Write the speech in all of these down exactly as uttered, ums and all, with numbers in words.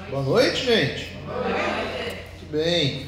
Boa noite, gente. Boa noite. Muito bem.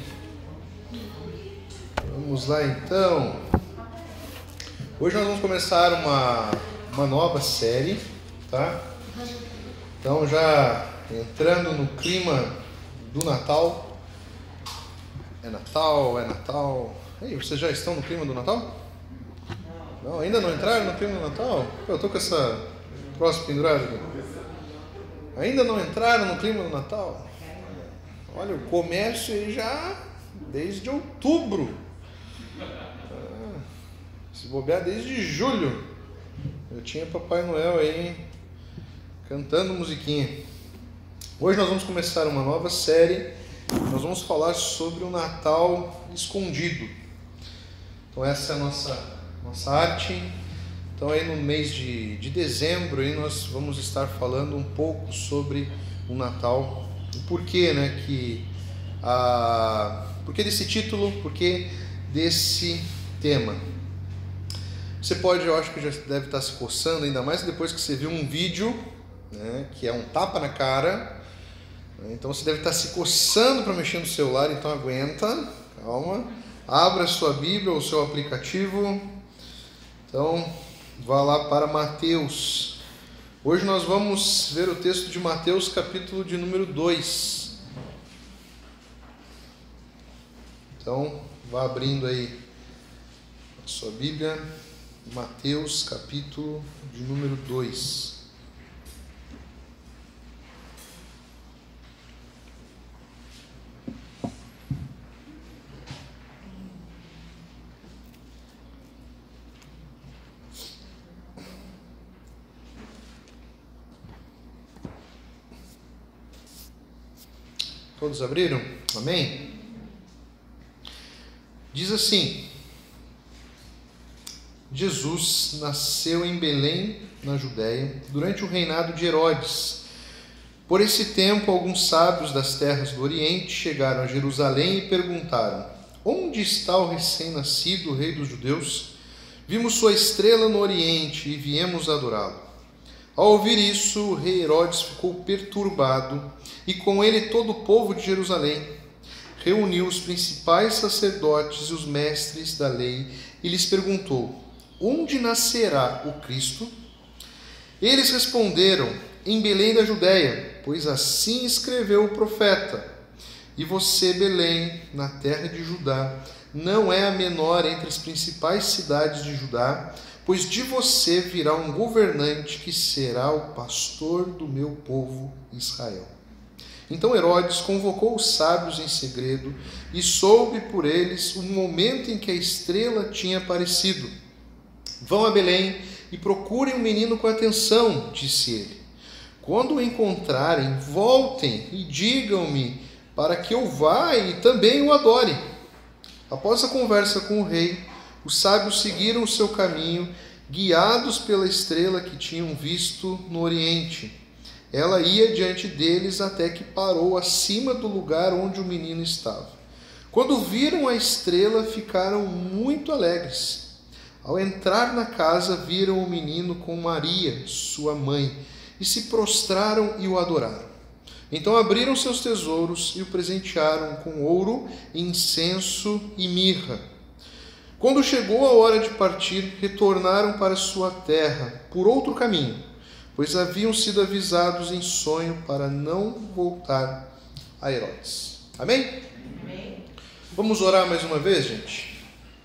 Vamos lá então. Hoje nós vamos começar uma, uma nova série, tá? Então já entrando no clima do Natal. É Natal, é Natal. Ei, vocês já estão no clima do Natal? Não, ainda não entraram no clima do Natal? Eu tô com essa próxima pendurada aqui. Ainda não entraram no clima do Natal? Olha, o comércio aí já desde outubro. Ah, se bobear desde julho. Eu tinha Papai Noel aí cantando musiquinha. Hoje nós vamos começar uma nova série. Nós vamos falar sobre o Natal escondido. Então essa é a nossa, nossa arte. Então aí no mês de, de dezembro aí nós vamos estar falando um pouco sobre o Natal. O porquê, né? Que, a, porquê desse título? Porquê desse tema? Você pode, eu acho que já deve estar se coçando, ainda mais depois que você viu um vídeo, né, que é um tapa na cara. Então você deve estar se coçando para mexer no celular, então aguenta, calma. Abra a sua Bíblia ou o seu aplicativo. Então vá lá para Mateus. Hoje nós vamos ver o texto de Mateus, capítulo de número dois. Então vá abrindo aí a sua Bíblia. Mateus, capítulo de número dois. Todos abriram? Amém? Diz assim: Jesus nasceu em Belém, na Judéia, durante o reinado de Herodes. Por esse tempo, alguns sábios das terras do Oriente chegaram a Jerusalém e perguntaram: onde está o recém-nascido rei dos judeus? Vimos sua estrela no Oriente e viemos adorá-lo. Ao ouvir isso, o rei Herodes ficou perturbado e com ele todo o povo de Jerusalém. Reuniu os principais sacerdotes e os mestres da lei e lhes perguntou: onde nascerá o Cristo? Eles responderam: em Belém da Judéia, pois assim escreveu o profeta. E você, Belém, na terra de Judá, não é a menor entre as principais cidades de Judá, pois de você virá um governante que será o pastor do meu povo Israel. Então Herodes convocou os sábios em segredo e soube por eles o momento em que a estrela tinha aparecido. Vão a Belém e procurem o menino com atenção, disse ele. Quando o encontrarem, voltem e digam-me para que eu vá e também o adore. Após a conversa com o rei, os sábios seguiram o seu caminho, guiados pela estrela que tinham visto no Oriente. Ela ia diante deles até que parou acima do lugar onde o menino estava. Quando viram a estrela, ficaram muito alegres. Ao entrar na casa, viram o menino com Maria, sua mãe, e se prostraram e o adoraram. Então abriram seus tesouros e o presentearam com ouro, incenso e mirra. Quando chegou a hora de partir, retornaram para sua terra por outro caminho, pois haviam sido avisados em sonho para não voltar a Herodes. Amém? Amém. Vamos orar mais uma vez, gente?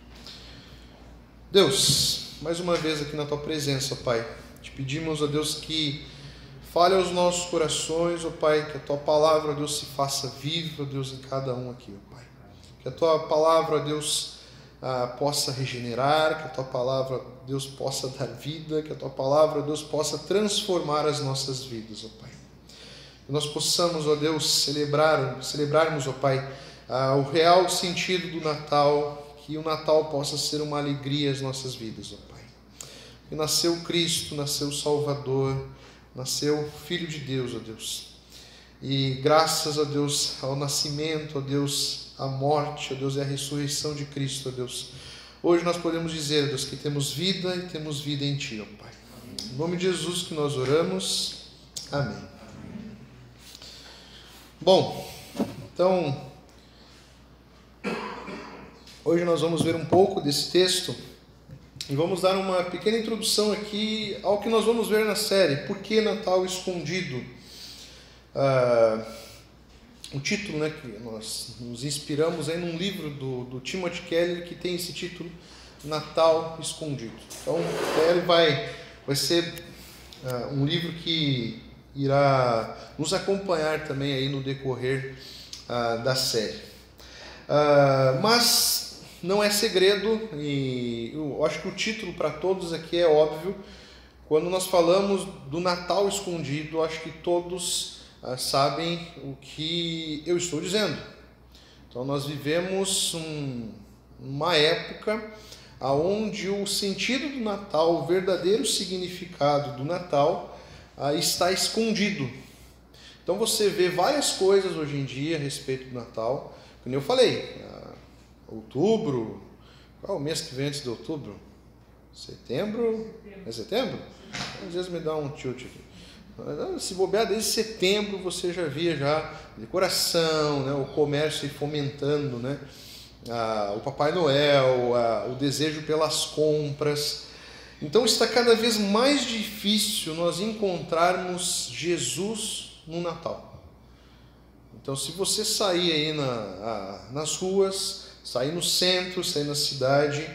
Deus, mais uma vez aqui na Tua presença, Pai, te pedimos, ó Deus, que fale aos nossos corações, ó Pai, que a Tua palavra, ó Deus, se faça viva, ó Deus, em cada um aqui, ó Pai. Que a Tua palavra, ó Deus, ah, possa regenerar, que a Tua palavra, ó Deus, possa dar vida, que a Tua palavra, ó Deus, possa transformar as nossas vidas, ó Pai. Que nós possamos, ó Deus, celebrar, celebrarmos, ó Pai, ah, o real sentido do Natal, que o Natal possa ser uma alegria às nossas vidas, ó Pai. Que nasceu Cristo, nasceu o Salvador, nasceu o Filho de Deus, ó Deus. E graças a Deus ao nascimento, ó Deus, à morte, ó Deus, e à ressurreição de Cristo, ó Deus, hoje nós podemos dizer, ó Deus, que temos vida e temos vida em Ti, ó Pai. Em nome de Jesus que nós oramos. Amém. Bom, então, hoje nós vamos ver um pouco desse texto e vamos dar uma pequena introdução aqui ao que nós vamos ver na série, Por que Natal Escondido? Ah, o título, né, que nós nos inspiramos aí num livro do, do Timothy Keller que tem esse título, Natal Escondido. Então, ele vai, vai ser ah, um livro que irá nos acompanhar também aí no decorrer ah, da série. Ah, mas não é segredo, e eu acho que o título para todos aqui é óbvio. Quando nós falamos do Natal escondido, acho que todos ah, sabem o que eu estou dizendo. Então nós vivemos um, uma época onde o sentido do Natal, o verdadeiro significado do Natal, ah, está escondido. Então você vê várias coisas hoje em dia a respeito do Natal, como eu falei, ah, outubro, qual é o mês que vem antes de outubro? Setembro? É setembro? Às vezes me dá um tilt aqui. Se bobear, desde setembro você já via já decoração, né, o comércio fomentando, né, ah, o Papai Noel, ah, o desejo pelas compras. Então está cada vez mais difícil nós encontrarmos Jesus no Natal. Então se você sair aí na, a, nas ruas, sair no centro, sair na cidade,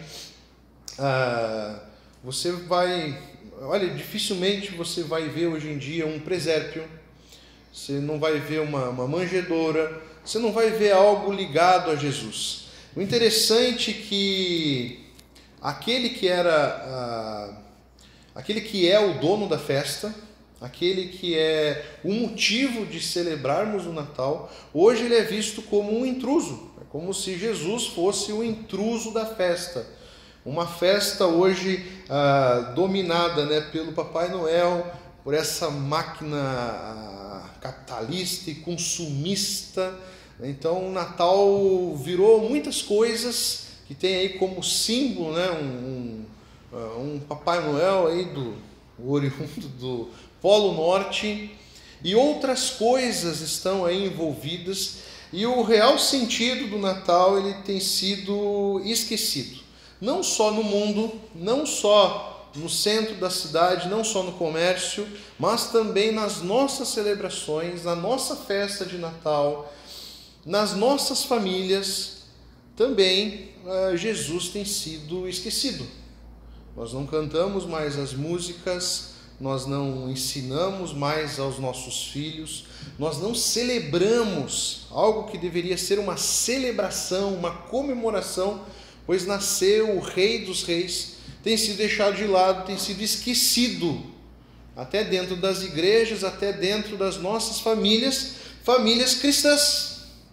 ah, você vai... Olha, dificilmente você vai ver hoje em dia um presépio, você não vai ver uma, uma manjedoura, você não vai ver algo ligado a Jesus. O interessante é que aquele que era, uh, aquele que é o dono da festa, aquele que é o motivo de celebrarmos o Natal, hoje ele é visto como um intruso. É como se Jesus fosse o intruso da festa. Uma festa hoje uh, dominada, né, pelo Papai Noel, por essa máquina uh, capitalista e consumista. Então o Natal virou muitas coisas que tem aí como símbolo, né, um, um, um Papai Noel aí do oriundo do Polo Norte, e outras coisas estão aí envolvidas, e o real sentido do Natal ele tem sido esquecido, não só no mundo, não só no centro da cidade, não só no comércio, mas também nas nossas celebrações, na nossa festa de Natal, nas nossas famílias. Também uh, Jesus tem sido esquecido. Nós não cantamos mais as músicas, nós não ensinamos mais aos nossos filhos, nós não celebramos algo que deveria ser uma celebração, uma comemoração, pois nasceu o Rei dos Reis, tem sido deixado de lado, tem sido esquecido, até dentro das igrejas, até dentro das nossas famílias, famílias cristãs,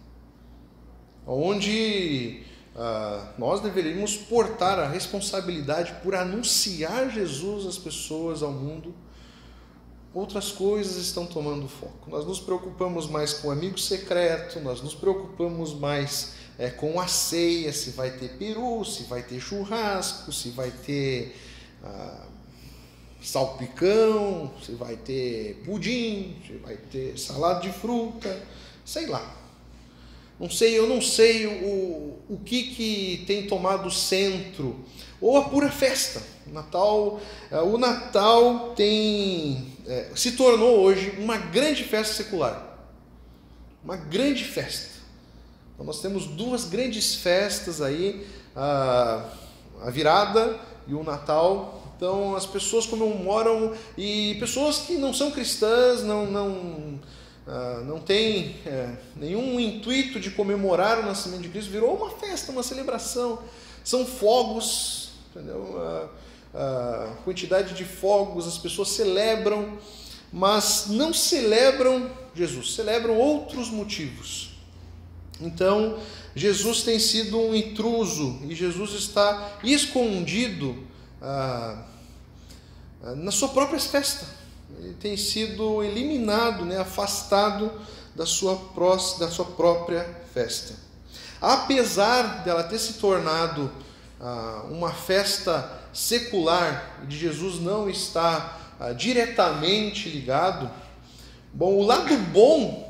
onde ah, nós deveríamos portar a responsabilidade por anunciar Jesus às pessoas, ao mundo. Outras coisas estão tomando foco. Nós nos preocupamos mais com o amigo secreto, nós nos preocupamos mais é, com a ceia, se vai ter peru, se vai ter churrasco, se vai ter ah, salpicão, se vai ter pudim, se vai ter salada de fruta, sei lá. Não sei, eu não sei o, o que, que tem tomado centro, ou a pura festa. O Natal, o Natal tem, é, se tornou hoje uma grande festa secular, uma grande festa. Então nós temos duas grandes festas aí, a, a virada e o Natal. Então as pessoas comemoram, e pessoas que não são cristãs, não... não Uh, não tem é, nenhum intuito de comemorar o nascimento de Cristo, virou uma festa, uma celebração, são fogos, entendeu? A, a quantidade de fogos, as pessoas celebram, mas não celebram Jesus, celebram outros motivos. Então Jesus tem sido um intruso, e Jesus está escondido ah, na sua própria festa. Ele tem sido eliminado, né, afastado da sua, pró- da sua própria festa. Apesar dela ter se tornado ah, uma festa secular, de Jesus não estar ah, diretamente ligado, bom, o lado bom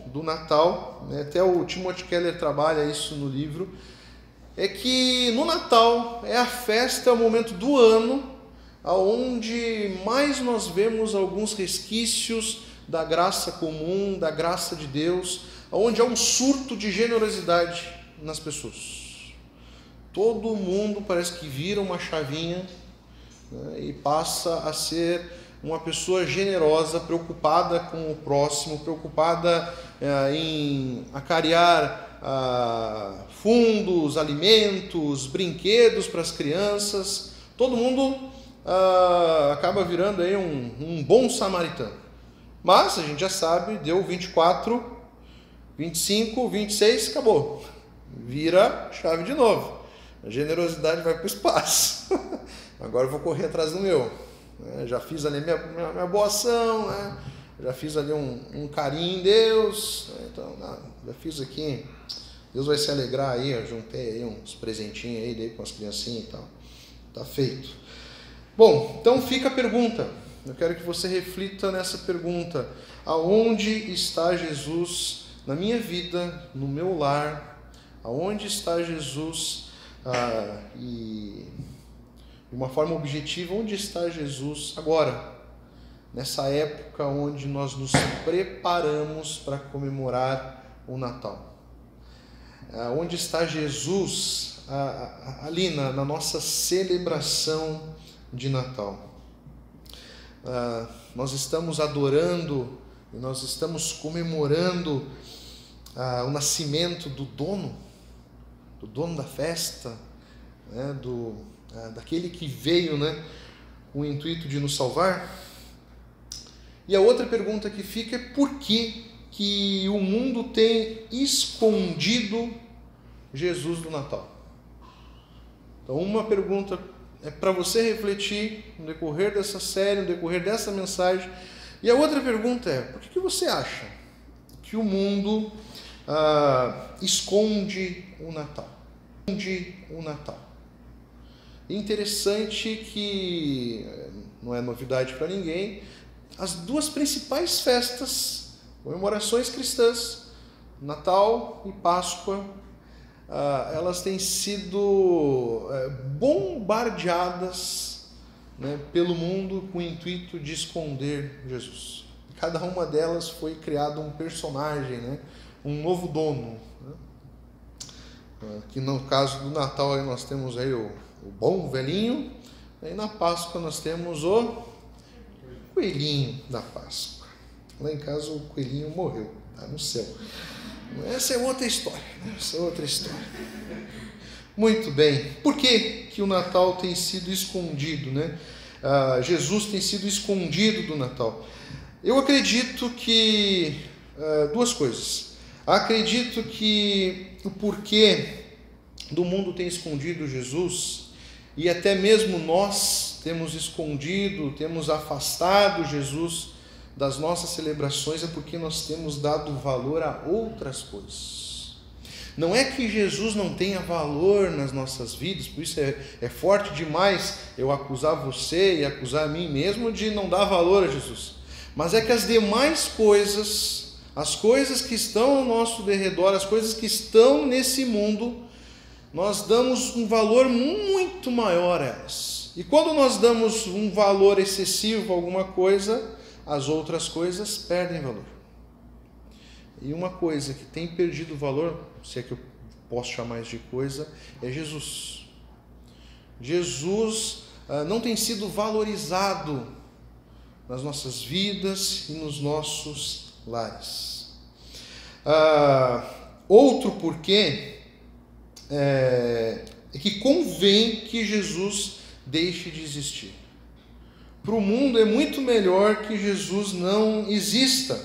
do Natal, né, até o Timothy Keller trabalha isso no livro, é que no Natal é a festa, é o momento do ano onde mais nós vemos alguns resquícios da graça comum, da graça de Deus, onde há um surto de generosidade nas pessoas. Todo mundo parece que vira uma chavinha, né, e passa a ser uma pessoa generosa, preocupada com o próximo, preocupada eh, em acarear ah, fundos, alimentos, brinquedos para as crianças. Todo mundo ah, acaba virando aí um, um bom samaritano. Mas a gente já sabe, deu vinte e quatro, vinte e cinco, vinte e seis, acabou. Vira chave de novo. A generosidade vai para o espaço. Agora eu vou correr atrás do meu. Já fiz ali minha, minha, minha boa ação, né? Já fiz ali um, um carinho em Deus, né? Então, não, já fiz aqui, Deus vai se alegrar aí, eu juntei aí uns presentinhos aí, dei com as criancinhas e tal, tá feito. Bom, então fica a pergunta, eu quero que você reflita nessa pergunta: aonde está Jesus na minha vida, no meu lar? Aonde está Jesus ah, e... de uma forma objetiva, onde está Jesus agora, nessa época onde nós nos preparamos para comemorar o Natal? Onde está Jesus ali na, na nossa celebração de Natal? Nós estamos adorando, nós estamos comemorando o nascimento do dono, do dono da festa, né, do daquele que veio, né, com o intuito de nos salvar. E a outra pergunta que fica é: por que que o mundo tem escondido Jesus do Natal? Então, uma pergunta é para você refletir no decorrer dessa série, no decorrer dessa mensagem. E a outra pergunta é: por que que você acha que o mundo ah, esconde o Natal? Esconde o Natal. Interessante que, não é novidade para ninguém, as duas principais festas, comemorações cristãs, Natal e Páscoa, elas têm sido bombardeadas, né, pelo mundo com o intuito de esconder Jesus. Cada uma delas foi criado um personagem, né, um novo dono. Né? Aqui no caso do Natal aí nós temos aí o o bom velhinho, e na Páscoa nós temos o coelhinho da Páscoa. Lá em casa o coelhinho morreu, está no céu. Essa é outra história, né? Essa é outra história. Muito bem. Por que que o Natal tem sido escondido, né? Ah, Jesus tem sido escondido do Natal? Eu acredito que ah, duas coisas. Acredito que o porquê do mundo tem escondido Jesus, e até mesmo nós temos escondido, temos afastado Jesus das nossas celebrações, é porque nós temos dado valor a outras coisas. Não é que Jesus não tenha valor nas nossas vidas, por isso é, é forte demais eu acusar você e acusar a mim mesmo de não dar valor a Jesus. Mas é que as demais coisas, as coisas que estão ao nosso derredor, as coisas que estão nesse mundo, nós damos um valor muito maior a elas. E quando nós damos um valor excessivo a alguma coisa, as outras coisas perdem valor. E uma coisa que tem perdido valor, se é que eu posso chamar de coisa, é Jesus. Jesus ah, não tem sido valorizado nas nossas vidas e nos nossos lares. Ah, outro porquê É, é que convém que Jesus deixe de existir. Para o mundo é muito melhor que Jesus não exista,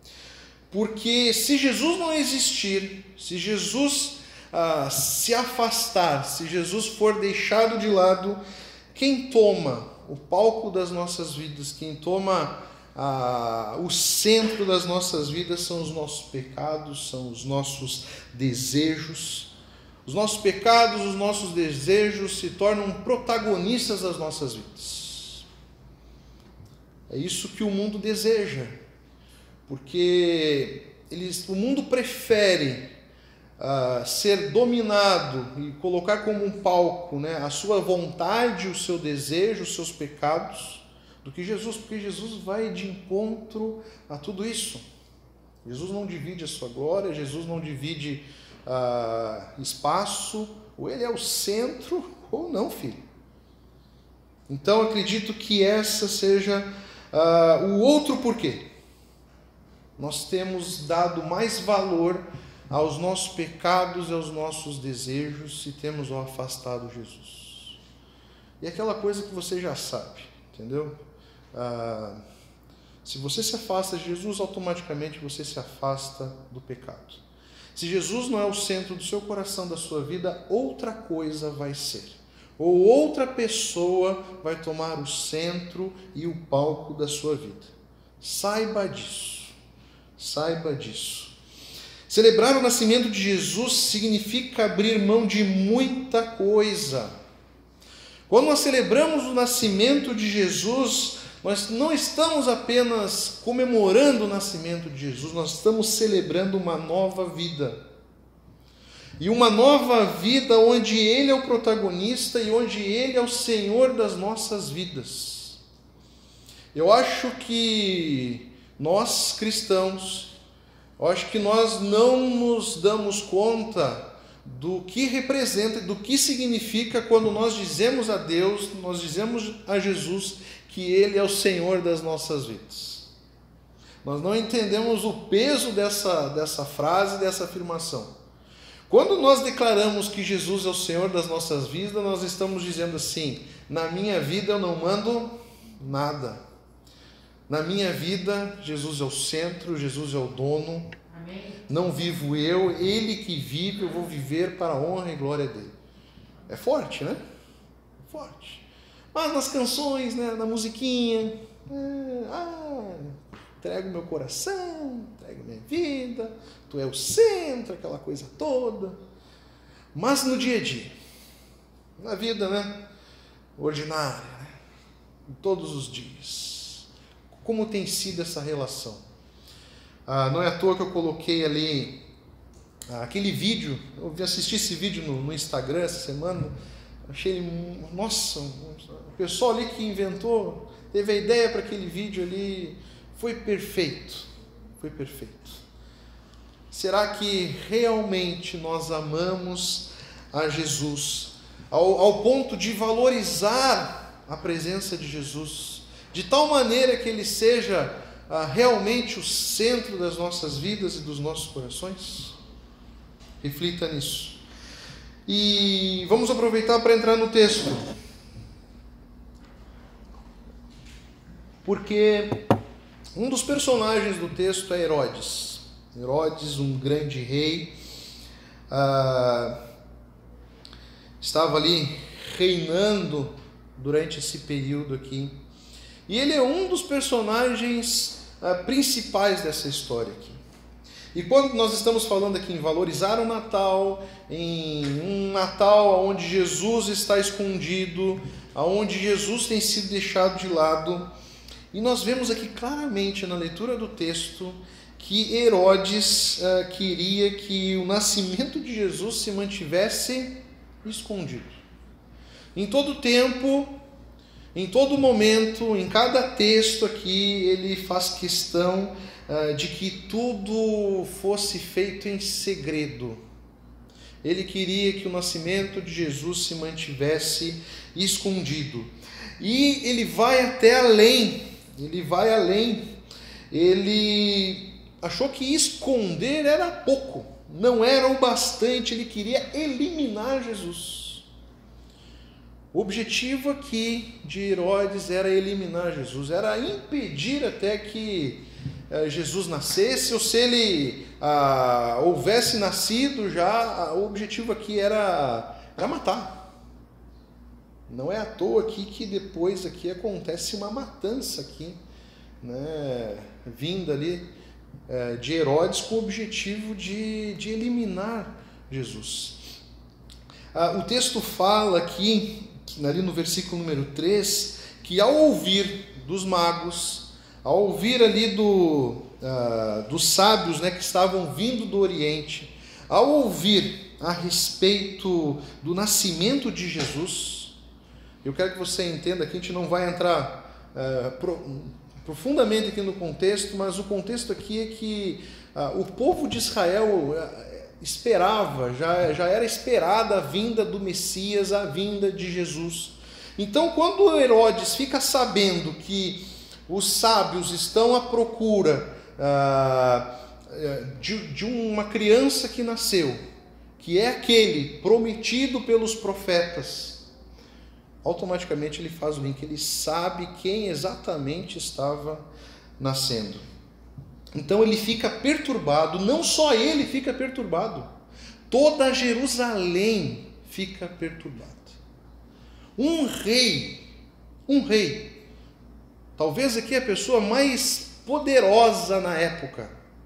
porque se Jesus não existir, se Jesus ah, se afastar, se Jesus for deixado de lado, quem toma o palco das nossas vidas, quem toma ah, o centro das nossas vidas são os nossos pecados, são os nossos desejos. Os nossos pecados, os nossos desejos se tornam protagonistas das nossas vidas. É isso que o mundo deseja, porque eles, o mundo prefere uh, ser dominado e colocar como um palco, né, a sua vontade, o seu desejo, os seus pecados, do que Jesus, porque Jesus vai de encontro a tudo isso. Jesus não divide a sua glória, Jesus não divide uh, espaço, ou ele é o centro ou não, filho. Então acredito que essa seja uh, o outro porquê. Nós temos dado mais valor aos nossos pecados e aos nossos desejos se temos o afastado Jesus. E aquela coisa que você já sabe, entendeu? Uh, se você se afasta de Jesus, automaticamente você se afasta do pecado. Se Jesus não é o centro do seu coração, da sua vida, outra coisa vai ser. Ou outra pessoa vai tomar o centro e o palco da sua vida. Saiba disso. Saiba disso. Celebrar o nascimento de Jesus significa abrir mão de muita coisa. Quando nós celebramos o nascimento de Jesus, nós não estamos apenas comemorando o nascimento de Jesus, nós estamos celebrando uma nova vida. E uma nova vida onde Ele é o protagonista e onde Ele é o Senhor das nossas vidas. Eu acho que nós cristãos, eu acho que nós não nos damos conta do que representa, do que significa quando nós dizemos a Deus, nós dizemos a Jesus que Ele é o Senhor das nossas vidas. Nós não entendemos o peso dessa, dessa frase, dessa afirmação. Quando nós declaramos que Jesus é o Senhor das nossas vidas, nós estamos dizendo assim: na minha vida eu não mando nada. Na minha vida, Jesus é o centro, Jesus é o dono. Amém. Não vivo eu, Ele que vive, eu vou viver para a honra e glória dele. É forte, né? É forte. Mas nas canções, né, na musiquinha, é, ah, entrego meu coração, entrego minha vida, tu é o centro, aquela coisa toda. Mas no dia a dia, na vida, né, ordinária, né, todos os dias, como tem sido essa relação? Ah, não é à toa que eu coloquei ali ah, aquele vídeo, eu assisti esse vídeo no, no Instagram essa semana, achei ele, nossa, o pessoal ali que inventou, teve a ideia para aquele vídeo ali, foi perfeito, foi perfeito. Será que realmente nós amamos a Jesus ao, ao ponto de valorizar a presença de Jesus, de tal maneira que Ele seja ah, realmente o centro das nossas vidas e dos nossos corações? Reflita nisso. E vamos aproveitar para entrar no texto, porque um dos personagens do texto é Herodes. Herodes, um grande rei, ah, estava ali reinando durante esse período aqui. E ele é um dos personagens ah, principais dessa história aqui. E quando nós estamos falando aqui em valorizar o Natal, em um Natal onde Jesus está escondido, onde Jesus tem sido deixado de lado, e nós vemos aqui claramente na leitura do texto que Herodes uh, queria que o nascimento de Jesus se mantivesse escondido. Em todo tempo, em todo momento, em cada texto aqui, ele faz questão uh, de que tudo fosse feito em segredo. Ele queria que o nascimento de Jesus se mantivesse escondido. E ele vai até além, ele vai além, ele achou que esconder era pouco, não era o bastante, ele queria eliminar Jesus. O objetivo aqui de Herodes era eliminar Jesus, era impedir até que eh, Jesus nascesse, ou se ele ah, houvesse nascido já, o objetivo aqui era, era matar. Não é à toa aqui que depois aqui acontece uma matança aqui, né, vinda ali de Herodes com o objetivo de, de eliminar Jesus. Ah, o texto fala aqui, ali no versículo número três, que ao ouvir dos magos, ao ouvir ali do, ah, dos sábios, né, que estavam vindo do Oriente, ao ouvir a respeito do nascimento de Jesus, eu quero que você entenda que a gente não vai entrar ah, pro, profundamente aqui no contexto, mas o contexto aqui é que ah, o povo de Israel esperava, já, já era esperada a vinda do Messias, a vinda de Jesus. Então, quando Herodes fica sabendo que os sábios estão à procura ah, de, de uma criança que nasceu, que é aquele prometido pelos profetas, automaticamente ele faz o link, ele sabe quem exatamente estava nascendo. Então ele fica perturbado, não só ele fica perturbado, toda Jerusalém fica perturbada. Um rei, um rei, talvez aqui a pessoa mais poderosa na época,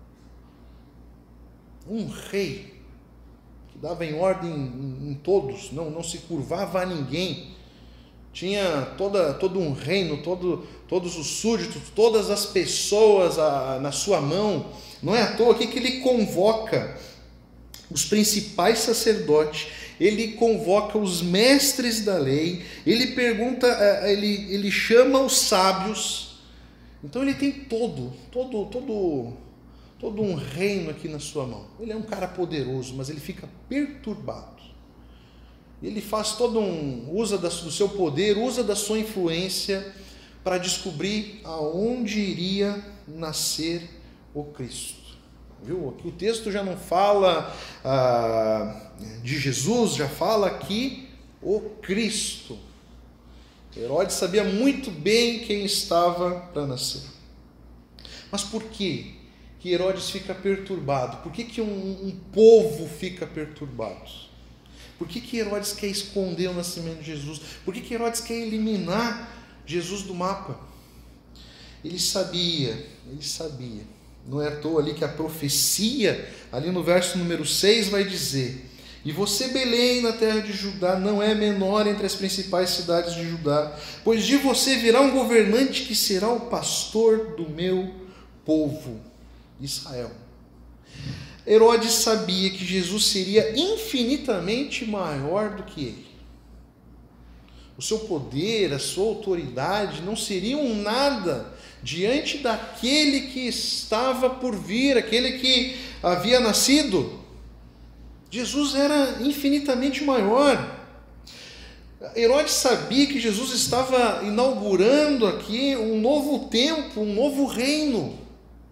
um rei que dava em ordem em, em todos, não, não se curvava a ninguém, tinha toda, todo um reino, todo, todos os súditos, todas as pessoas a, na sua mão. Não é à toa aqui que ele convoca os principais sacerdotes, ele convoca os mestres da lei, ele pergunta, ele, ele chama os sábios. Então ele tem todo, todo, todo, todo um reino aqui na sua mão. Ele é um cara poderoso, mas ele fica perturbado. Ele faz todo um, usa do seu poder, usa da sua influência para descobrir aonde iria nascer o Cristo. Viu? Aqui o texto já não fala ah, de Jesus, já fala aqui o Cristo. Herodes sabia muito bem quem estava para nascer. Mas por que que Herodes fica perturbado? Por que que um, um povo fica perturbado? Por que que Herodes quer esconder o nascimento de Jesus? Por que que Herodes quer eliminar Jesus do mapa? Ele sabia, ele sabia. Não é à toa ali que a profecia, ali no verso número seis, vai dizer: e você, Belém, na terra de Judá, não é menor entre as principais cidades de Judá, pois de você virá um governante que será o pastor do meu povo, Israel. Herodes sabia que Jesus seria infinitamente maior do que ele. O seu poder, a sua autoridade não seriam nada diante daquele que estava por vir, aquele que havia nascido. Jesus era infinitamente maior. Herodes sabia que Jesus estava inaugurando aqui um novo tempo, um novo reino,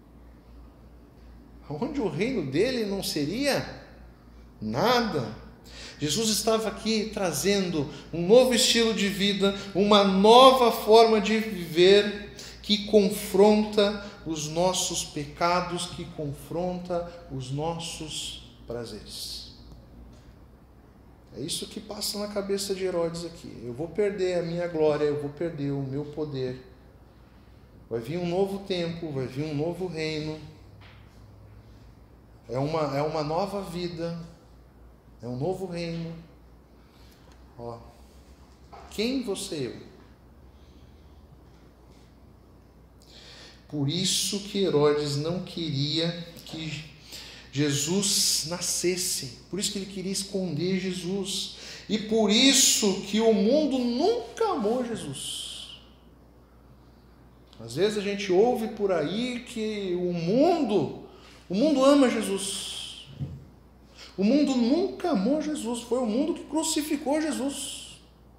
onde o reino dele não seria nada. Jesus estava aqui trazendo um novo estilo de vida, uma nova forma de viver que confronta os nossos pecados, que confronta os nossos prazeres. É isso que passa na cabeça de Herodes aqui. Eu vou perder a minha glória, eu vou perder o meu poder. Vai vir um novo tempo, vai vir um novo reino. É uma, é uma nova vida, é um novo reino. Ó, quem você é eu? Por isso que Herodes não queria que Jesus nascesse. Por isso que ele queria esconder Jesus. E por isso que o mundo nunca amou Jesus. Às vezes a gente ouve por aí que o mundo... O mundo ama Jesus. O mundo nunca amou Jesus. Foi o mundo que crucificou Jesus.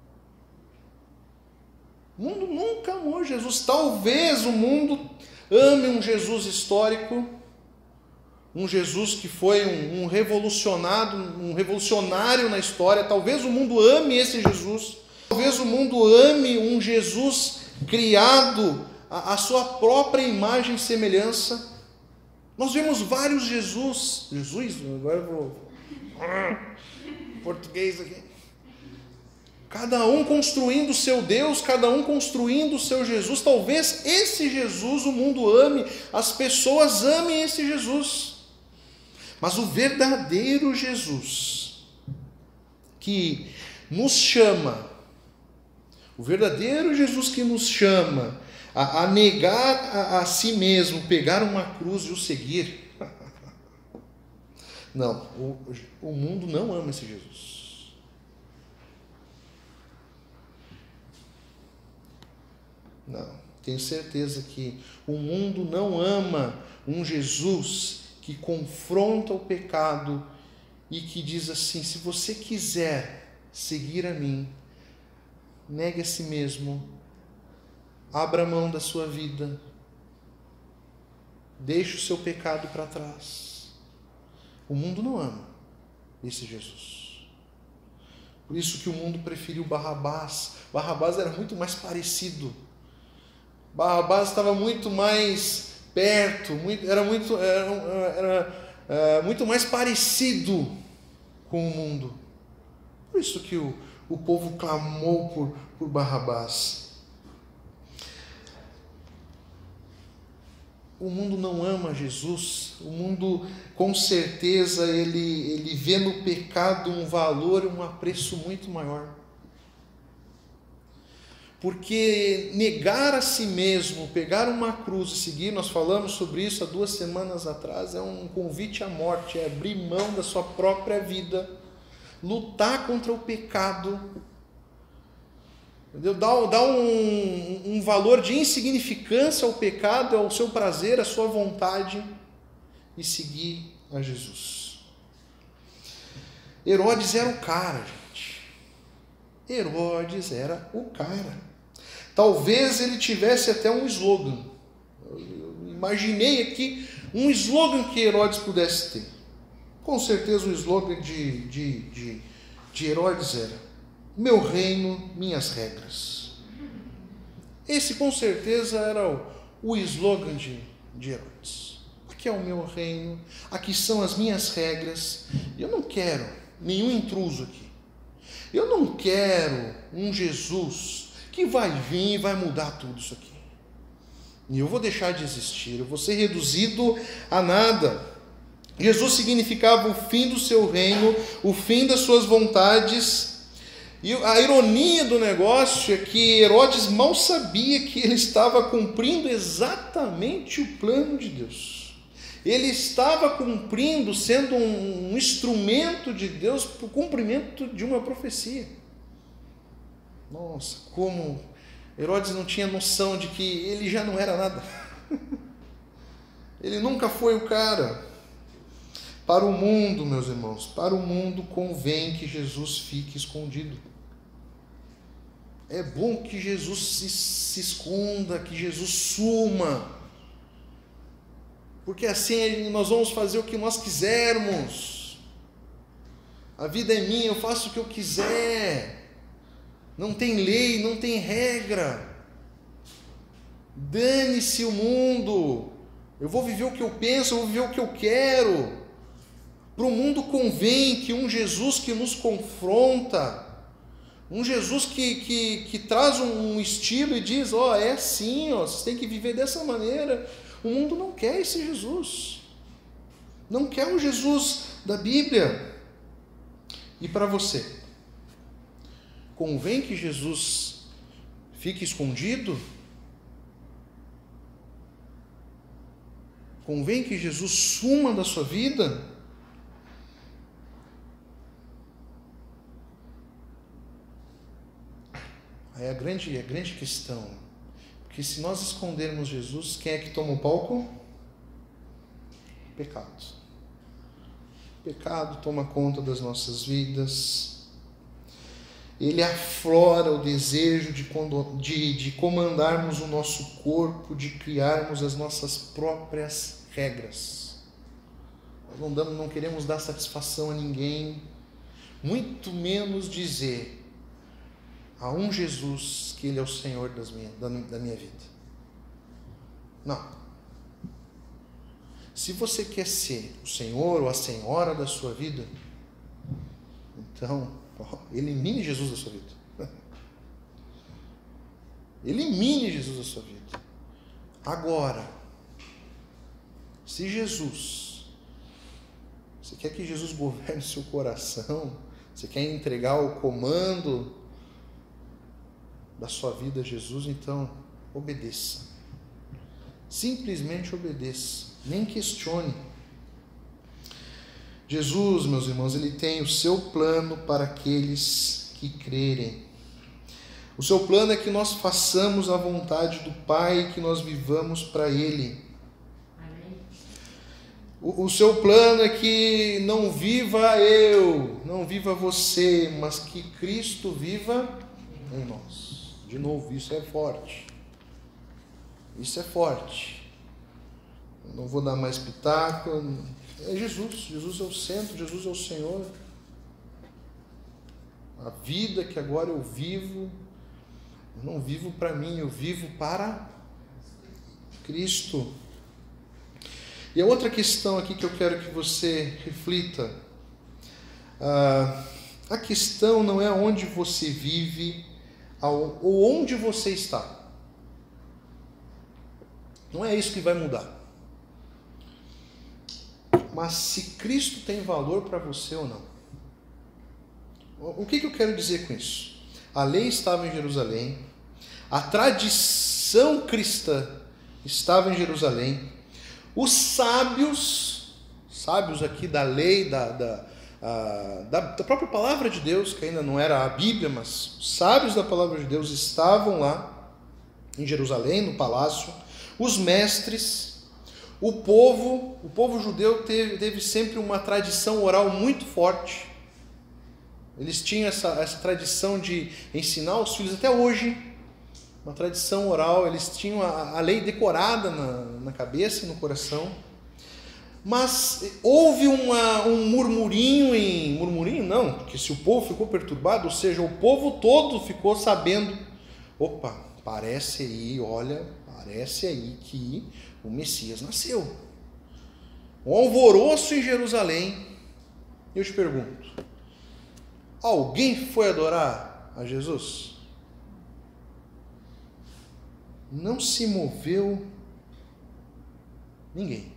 O mundo nunca amou Jesus. Talvez o mundo ame um Jesus histórico, um Jesus que foi um, um revolucionado, um revolucionário na história. Talvez o mundo ame esse Jesus. Talvez o mundo ame um Jesus criado à, à sua própria imagem e semelhança. Nós vemos vários Jesus, Jesus, agora eu vou, português aqui, cada um construindo o seu Deus, cada um construindo o seu Jesus. Talvez esse Jesus o mundo ame, as pessoas amem esse Jesus, mas o verdadeiro Jesus, que nos chama, o verdadeiro Jesus que nos chama a, a negar a, a si mesmo, pegar uma cruz e o seguir. Não, o, o mundo não ama esse Jesus. Não, tenho certeza que o mundo não ama um Jesus que confronta o pecado e que diz assim: se você quiser seguir a mim, negue a si mesmo, abra mão da sua vida, deixe o seu pecado para trás. O mundo não ama esse Jesus. Por isso que o mundo preferiu Barrabás. Barrabás era muito mais parecido. Barrabás estava muito mais perto, muito, era, muito, era, era, era muito mais parecido com o mundo. Por isso que o, o povo clamou por, por Barrabás. O mundo não ama Jesus. O mundo, com certeza, ele, ele vê no pecado um valor e um apreço muito maior. Porque negar a si mesmo, pegar uma cruz e seguir, nós falamos sobre isso há duas semanas atrás, é um convite à morte, é abrir mão da sua própria vida, lutar contra o pecado, entendeu? Dá, dá um, um valor de insignificância ao pecado, ao seu prazer, à sua vontade, e seguir a Jesus. Herodes era o cara, gente. Herodes era o cara. Talvez ele tivesse até um slogan. Eu imaginei aqui um slogan que Herodes pudesse ter. Com certeza o slogan de, de, de, de Herodes era: meu reino, minhas regras. Esse com certeza era o, o slogan de, de Herodes. Aqui é o meu reino, aqui são as minhas regras. Eu não quero nenhum intruso aqui. Eu não quero um Jesus que vai vir e vai mudar tudo isso aqui. E eu vou deixar de existir, eu vou ser reduzido a nada. Jesus significava o fim do seu reino, o fim das suas vontades. E a ironia do negócio é que Herodes mal sabia que ele estava cumprindo exatamente o plano de Deus. Ele estava cumprindo, sendo um instrumento de Deus para o cumprimento de uma profecia. Nossa, como Herodes não tinha noção de que ele já não era nada. Ele nunca foi o cara. Para o mundo, meus irmãos, para o mundo convém que Jesus fique escondido. É bom que Jesus se, se esconda, que Jesus suma. Porque assim nós vamos fazer o que nós quisermos. A vida é minha, eu faço o que eu quiser. Não tem lei, não tem regra. Dane-se o mundo. Eu vou viver o que eu penso, eu vou viver o que eu quero. Para o mundo convém que um Jesus que nos confronta, um Jesus que, que, que traz um estilo e diz: ó, oh, é assim, ó, vocês têm que viver dessa maneira. O mundo não quer esse Jesus. Não quer um Jesus da Bíblia. E para você? Convém que Jesus fique escondido? Convém que Jesus suma da sua vida? Aí é a grande, é a grande questão. Porque se nós escondermos Jesus, quem é que toma o palco? Pecado. O pecado toma conta das nossas vidas. Ele aflora o desejo de, de, de comandarmos o nosso corpo, de criarmos as nossas próprias regras. Nós não, damos, não queremos dar satisfação a ninguém, muito menos dizer a um Jesus que Ele é o Senhor das minha, da, da minha vida. Não. Se você quer ser o Senhor ou a Senhora da sua vida, então, oh, elimine Jesus da sua vida. Elimine Jesus da sua vida. Agora, se Jesus, você quer que Jesus governe seu coração, você quer entregar o comando da sua vida a Jesus, então obedeça. Simplesmente obedeça, nem questione. Jesus, meus irmãos, ele tem o seu plano para aqueles que crerem. O seu plano é que nós façamos a vontade do Pai, que nós vivamos para Ele. O, o seu plano é que não viva eu, não viva você, mas que Cristo viva em nós. De novo, isso é forte. Isso é forte. Eu não vou dar mais pitaco. É Jesus. Jesus é o centro, Jesus é o Senhor. A vida que agora eu vivo, eu não vivo para mim, eu vivo para Cristo. E a outra questão aqui que eu quero que você reflita, ah, a questão não é onde você vive ou onde você está. Não é isso que vai mudar. Mas se Cristo tem valor para você ou não. O que, que eu quero dizer com isso? A lei estava em Jerusalém, a tradição cristã estava em Jerusalém, os sábios, sábios aqui da lei, da, da, a, da, da própria palavra de Deus, que ainda não era a Bíblia, mas os sábios da palavra de Deus estavam lá em Jerusalém, no palácio, os mestres, o povo, o povo judeu teve, teve sempre uma tradição oral muito forte. Eles tinham essa, essa tradição de ensinar os filhos até hoje, uma tradição oral, eles tinham a, a lei decorada na, na cabeça e no coração. Mas houve uma, um murmurinho em... Murmurinho não, porque se o povo ficou perturbado, ou seja, o povo todo ficou sabendo, opa, parece aí, olha, parece aí que o Messias nasceu. Um alvoroço em Jerusalém. Eu te pergunto, alguém foi adorar a Jesus? Não se moveu ninguém.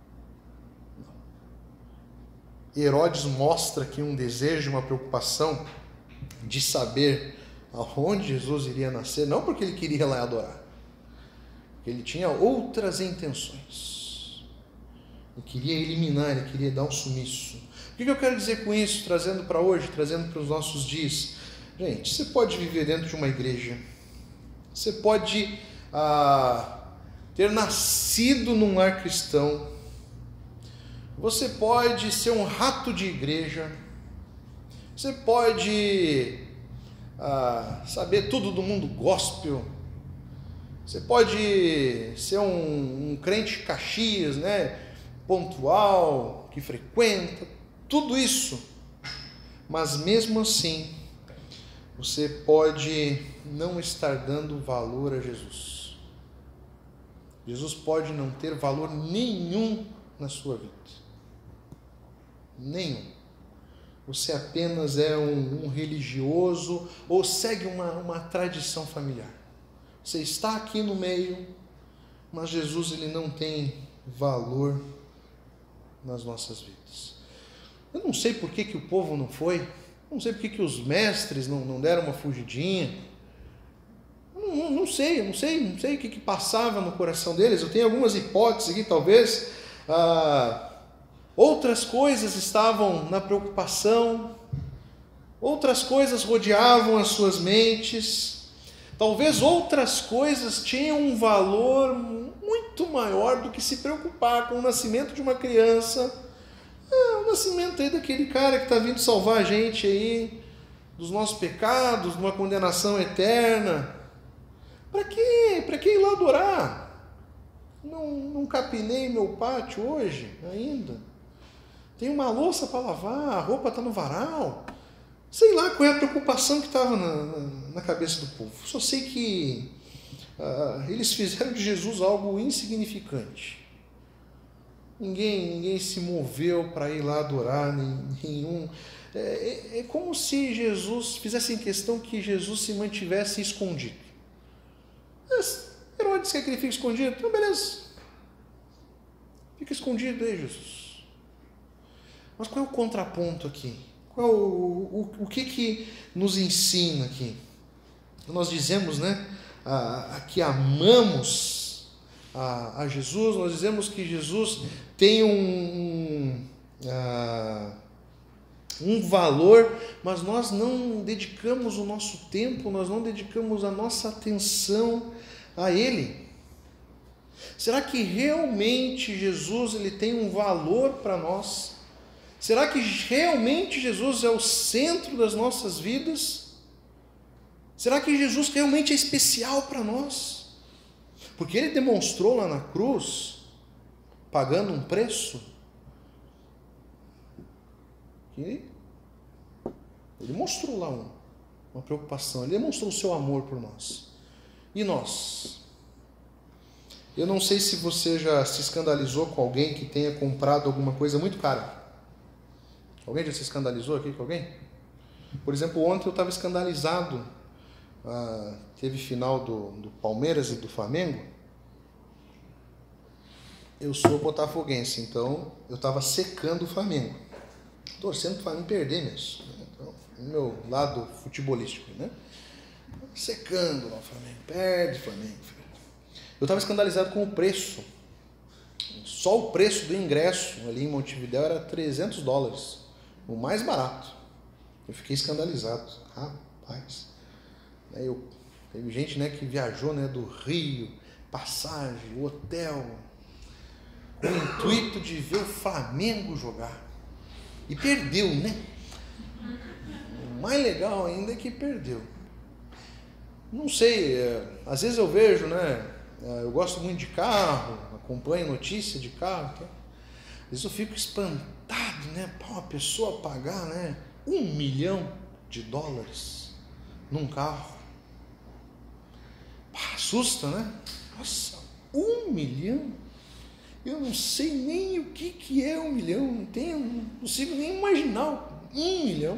Não. Herodes mostra aqui um desejo, uma preocupação de saber aonde Jesus iria nascer, não porque ele queria lá adorar, porque ele tinha outras intenções. Ele queria eliminar, ele queria dar um sumiço. O que eu quero dizer com isso, trazendo para hoje, trazendo para os nossos dias? Gente, você pode viver dentro de uma igreja, você pode ah, ter nascido num lar cristão, você pode ser um rato de igreja, você pode ah, saber tudo do mundo gospel, você pode ser um, um crente Caxias, né, pontual, que frequenta, tudo isso, mas mesmo assim, você pode não estar dando valor a Jesus. Jesus pode não ter valor nenhum na sua vida. Nenhum. Você apenas é um, um religioso ou segue uma, uma tradição familiar. Você está aqui no meio, mas Jesus ele não tem valor nas nossas vidas. Eu não sei por que, que o povo não foi, não sei por que, que os mestres não, não deram uma fugidinha, não, não, não sei, eu não sei, não sei o que, que passava no coração deles. Eu tenho algumas hipóteses aqui, talvez ah, outras coisas estavam na preocupação, outras coisas rodeavam as suas mentes, talvez outras coisas tinham um valor muito maior do que se preocupar com o nascimento de uma criança. É, o nascimento aí daquele cara que está vindo salvar a gente aí dos nossos pecados, de uma condenação eterna. Para quê? Para que ir lá adorar? Não, não capinei meu pátio hoje ainda. Tem uma louça para lavar, a roupa está no varal. Sei lá qual é a preocupação que estava na, na, na cabeça do povo. Só sei que uh, eles fizeram de Jesus algo insignificante. Ninguém, ninguém se moveu para ir lá adorar, nenhum. É, é, é como se Jesus fizesse questão que Jesus se mantivesse escondido. Mas Herodes quer que ele fique escondido? Então, beleza. Fica escondido aí, Jesus. Mas qual é o contraponto aqui? Qual, o, o, o que que nos ensina aqui? Nós dizemos, né? a, a que amamos a, a Jesus, nós dizemos que Jesus tem um, um, a, um valor, mas nós não dedicamos o nosso tempo, nós não dedicamos a nossa atenção a Ele. Será que realmente Jesus ele tem um valor para nós? Será que realmente Jesus é o centro das nossas vidas? Será que Jesus realmente é especial para nós? Porque Ele demonstrou lá na cruz, pagando um preço, que Ele mostrou lá um, uma preocupação, Ele demonstrou o seu amor por nós. E nós? Eu não sei se você já se escandalizou com alguém que tenha comprado alguma coisa muito cara. Alguém já se escandalizou aqui com alguém? Por exemplo, ontem eu estava escandalizado. Ah, teve final do, do Palmeiras e do Flamengo. Eu sou botafoguense, então eu estava secando o Flamengo. Torcendo para o Flamengo perder mesmo. Então, no meu lado futebolístico, né? Secando lá o Flamengo. Perde o Flamengo. Eu estava escandalizado com o preço. Só o preço do ingresso ali em Montevidéu era trezentos dólares. O mais barato. Eu fiquei escandalizado. Rapaz. Eu, teve gente, né, que viajou, né, do Rio, passagem, hotel, com o intuito de ver o Flamengo jogar. E perdeu, né? O mais legal ainda é que perdeu. Não sei, é, às vezes eu vejo, né? Eu gosto muito de carro, acompanho notícia de carro. Tá? Às vezes eu fico espantado, né? Para uma pessoa pagar, né, um milhão de dólares num carro. Pá, assusta, né? Nossa, um milhão? Eu não sei nem o que, que é um milhão. Não tenho, não consigo nem imaginar um milhão.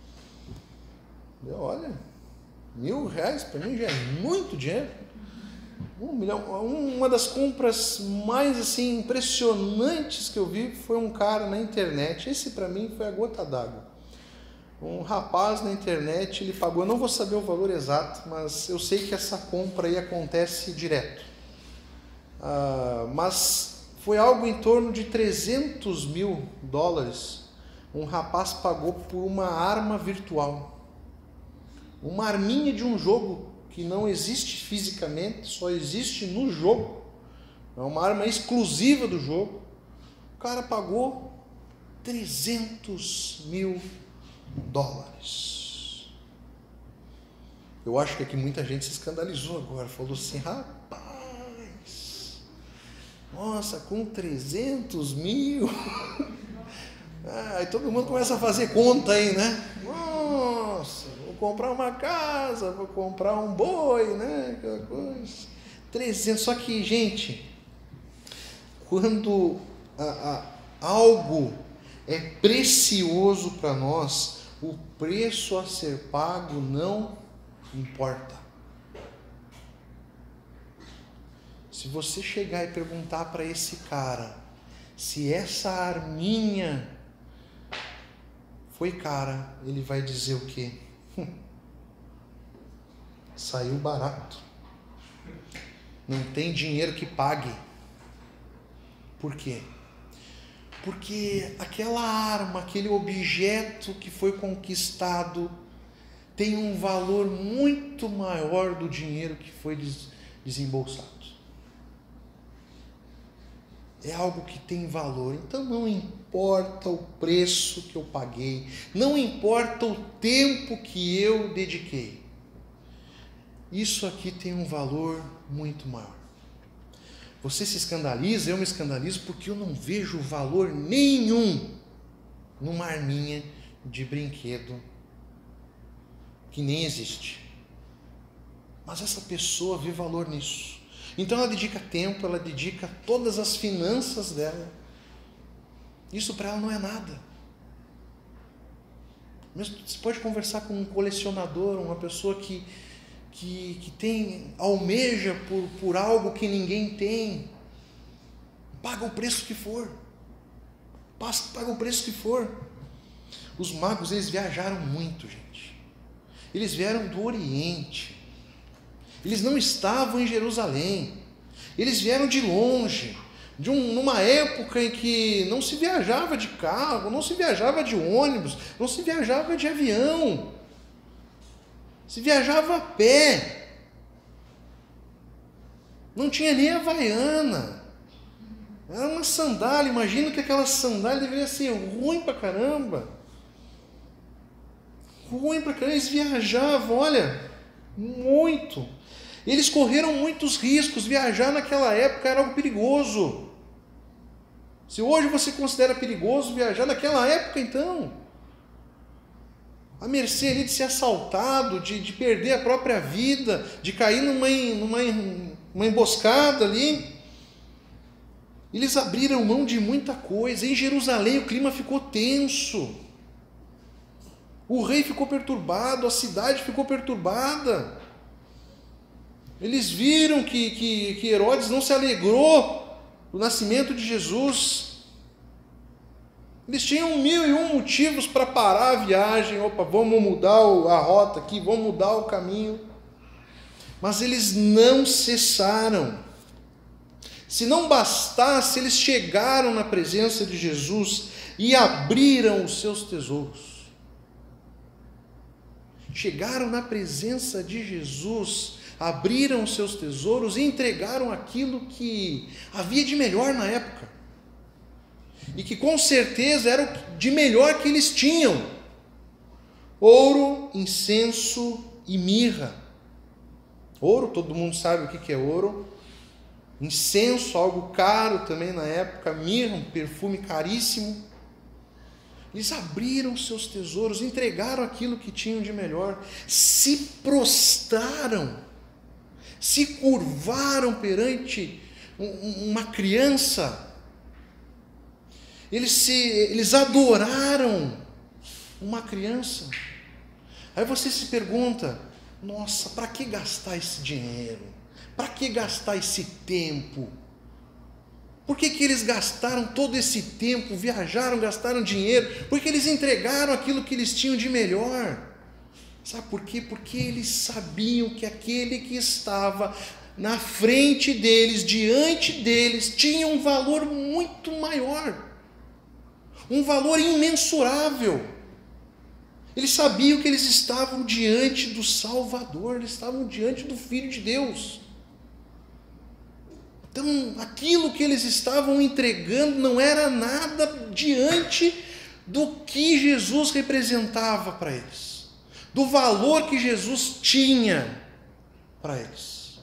Olha, mil reais para mim já é muito dinheiro. Um milhão, uma das compras mais assim impressionantes que eu vi foi um cara na internet. Esse para mim foi a gota d'água. Um rapaz na internet, ele pagou, eu não vou saber o valor exato, mas eu sei que essa compra aí acontece direto. Ah, mas foi algo em torno de trezentos mil dólares. Um rapaz pagou por uma arma virtual. Uma arminha de um jogo que não existe fisicamente, só existe no jogo. É uma arma exclusiva do jogo. O cara pagou trezentos mil dólares. Eu acho que aqui muita gente se escandalizou agora. Falou assim, rapaz, nossa, com trezentos mil. Aí todo mundo começa a fazer conta aí, né? Nossa, vou comprar uma casa, vou comprar um boi, né? Aquela coisa. trezentos. Só que, gente, quando a, a, algo é precioso para nós, o preço a ser pago não importa. Se você chegar e perguntar para esse cara se essa arminha foi cara, ele vai dizer o quê? Hum, saiu barato. Não tem dinheiro que pague. Por quê? Porque aquela arma, aquele objeto que foi conquistado tem um valor muito maior do dinheiro que foi desembolsado. É algo que tem valor. Então não importa o preço que eu paguei, não importa o tempo que eu dediquei. Isso aqui tem um valor muito maior. Você se escandaliza, eu me escandalizo porque eu não vejo valor nenhum numa arminha de brinquedo que nem existe. Mas essa pessoa vê valor nisso. Então ela dedica tempo, ela dedica todas as finanças dela. Isso para ela não é nada. Mesmo você pode conversar com um colecionador, uma pessoa que que, que tem, almeja por, por algo que ninguém tem, paga o preço que for, paga o preço que for. Os magos, eles viajaram muito, gente. Eles vieram do Oriente, Eles não estavam em Jerusalém. Eles vieram de longe, de um, numa época em que não se viajava de carro, não se viajava de ônibus, não se viajava de avião. Se viajava a pé. Não tinha nem Havaiana. Era uma sandália. Imagino que aquela sandália deveria ser ruim pra caramba. Ruim pra caramba. Eles viajavam, olha, muito. Eles correram muitos riscos. Viajar naquela época era algo perigoso. Se hoje você considera perigoso viajar, naquela época então, à mercê ali de ser assaltado, de, de perder a própria vida, de cair numa, numa uma emboscada ali. Eles abriram mão de muita coisa. Em Jerusalém o clima ficou tenso. O rei ficou perturbado, a cidade ficou perturbada. Eles viram que, que, que Herodes não se alegrou do nascimento de Jesus. Eles tinham mil e um motivos para parar a viagem. Opa, vamos mudar a rota aqui, vamos mudar o caminho. Mas eles não cessaram. Se não bastasse, eles chegaram na presença de Jesus e abriram os seus tesouros. Chegaram na presença de Jesus, abriram os seus tesouros e entregaram aquilo que havia de melhor na época. E que com certeza era o de melhor que eles tinham: ouro, incenso e mirra. Ouro, todo mundo sabe o que é ouro. Incenso, algo caro também na época. Mirra, um perfume caríssimo. Eles abriram seus tesouros, entregaram aquilo que tinham de melhor, se prostraram, se curvaram perante uma criança. Eles, se, eles adoraram uma criança. Aí você se pergunta: nossa, para que gastar esse dinheiro? Para que gastar esse tempo? Por que que eles gastaram todo esse tempo, viajaram, gastaram dinheiro? Porque eles entregaram aquilo que eles tinham de melhor. Sabe por quê? Porque eles sabiam que aquele que estava na frente deles, diante deles, tinha um valor muito maior. Um valor imensurável. Eles sabiam que eles estavam diante do Salvador, eles estavam diante do Filho de Deus. Então, aquilo que eles estavam entregando não era nada diante do que Jesus representava para eles, do valor que Jesus tinha para eles.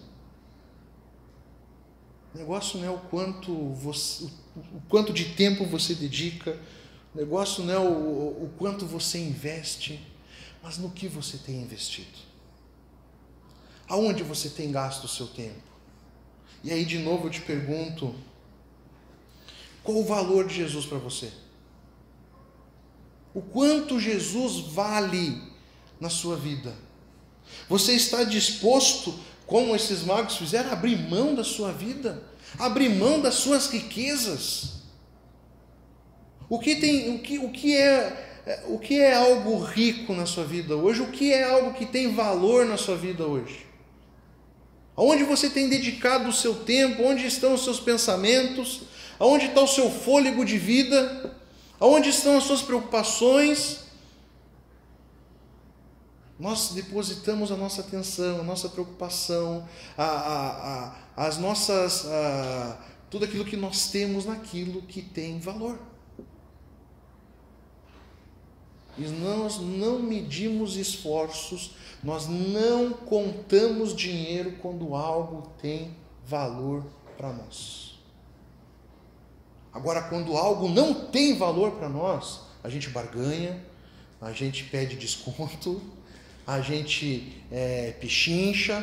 O negócio não é o quanto, você, o quanto de tempo você dedica, o negócio não é o, o quanto você investe, mas no que você tem investido. Aonde você tem gasto o seu tempo? E aí, de novo, eu te pergunto: qual o valor de Jesus para você? O quanto Jesus vale na sua vida? Você está disposto, como esses magos fizeram, a abrir mão da sua vida? Abrir mão das suas riquezas? O que, tem, o que, o que, é, o que é algo rico na sua vida hoje? O que é algo que tem valor na sua vida hoje? Aonde você tem dedicado o seu tempo? Onde estão os seus pensamentos? Aonde está o seu fôlego de vida? Aonde estão as suas preocupações? Nós depositamos a nossa atenção, a nossa preocupação, a, a, a, as nossas, a, tudo aquilo que nós temos naquilo que tem valor. E nós não medimos esforços, nós não contamos dinheiro quando algo tem valor para nós. Agora, quando algo não tem valor para nós, a gente barganha, a gente pede desconto, a gente é, pechincha.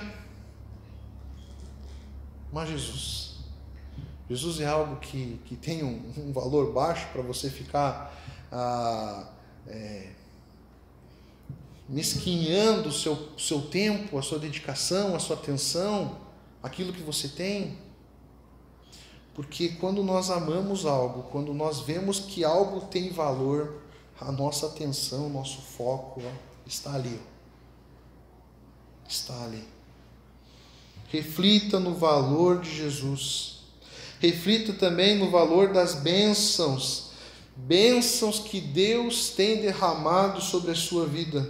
Mas Jesus, Jesus é algo que, que tem um, um valor baixo para você ficar ah, é, mesquinhando o seu, seu tempo, a sua dedicação, a sua atenção, aquilo que você tem. Porque quando nós amamos algo, quando nós vemos que algo tem valor, a nossa atenção, o nosso foco ó, está ali. Está ali. reflita no valor de Jesus. Reflita também no valor das bênçãos, bênçãos que Deus tem derramado sobre a sua vida.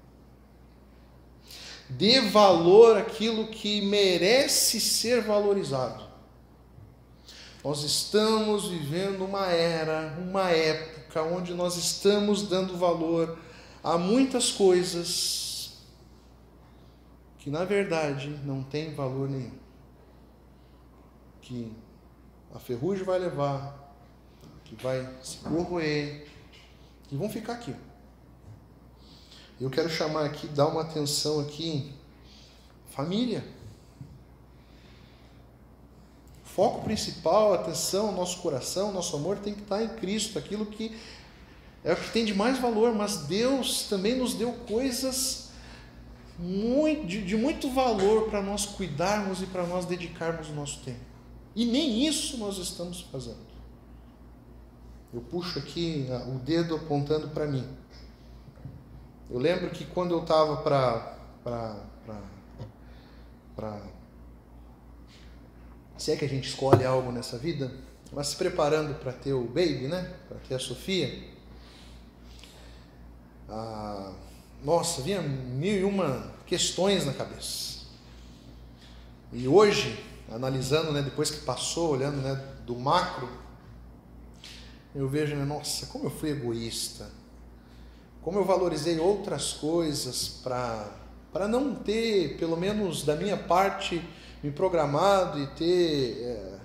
Dê valor àquilo que merece ser valorizado. Nós estamos vivendo uma era, uma época onde nós estamos dando valor a muitas coisas que na verdade não tem valor nenhum. Que a ferrugem vai levar, que vai se corroer, e vão ficar aqui. Eu quero chamar aqui, dar uma atenção aqui, família. Foco principal, atenção, nosso coração, nosso amor tem que estar em Cristo, aquilo que é o que tem de mais valor, mas Deus também nos deu coisas muito, de, de muito valor para nós cuidarmos e para nós dedicarmos o nosso tempo. E nem isso nós estamos fazendo. Eu puxo aqui o dedo apontando para mim. Eu lembro que quando eu estava para para se é que a gente escolhe algo nessa vida, mas se preparando para ter o baby, né? Para ter a Sofia. Ah, nossa, vinha mil e uma questões na cabeça. E hoje, analisando, né, depois que passou, olhando, né, do macro, eu vejo, né, nossa, como eu fui egoísta. Como eu valorizei outras coisas para para não ter, pelo menos da minha parte, me programado e ter é,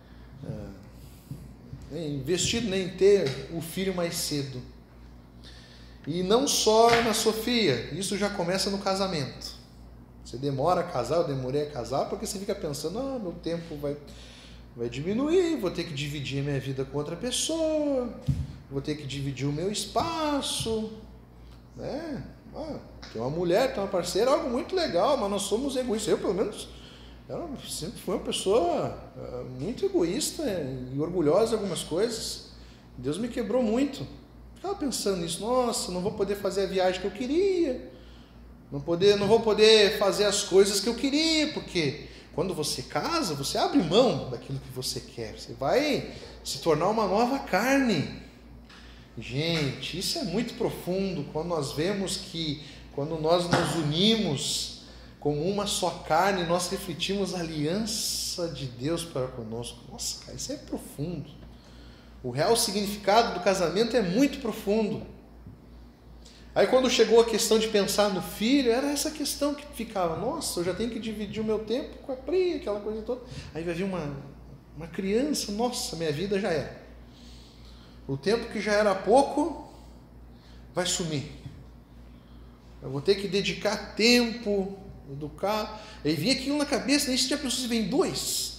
é, investido nem ter o filho mais cedo. E não só na Sofia, isso já começa no casamento. Você demora a casar, eu demorei a casar, porque você fica pensando, ah, meu tempo vai, vai diminuir, vou ter que dividir a minha vida com outra pessoa, vou ter que dividir o meu espaço, né? Ah, tem uma mulher, tem uma parceira, algo muito legal, mas nós somos egoístas. Eu, pelo menos, eu sempre fui uma pessoa muito egoísta e orgulhosa de algumas coisas. Deus me quebrou muito. Ficava pensando nisso, nossa, não vou poder fazer a viagem que eu queria, não, poder, não vou poder fazer as coisas que eu queria, porque quando você casa, você abre mão daquilo que você quer, você vai se tornar uma nova carne. Gente, isso é muito profundo, quando nós vemos que, quando nós nos unimos como uma só carne, nós refletimos a aliança de Deus para conosco. Nossa, cara, isso é profundo. O real significado do casamento é muito profundo. Aí quando chegou a questão de pensar no filho, era essa questão que ficava, nossa, eu já tenho que dividir o meu tempo com a Pri, aquela coisa toda. Aí vai vir uma, uma criança, nossa, minha vida já era. O tempo que já era pouco, vai sumir. Eu vou ter que dedicar tempo, educar. Aí vinha aquilo na cabeça, nem se já pensou se vem dois.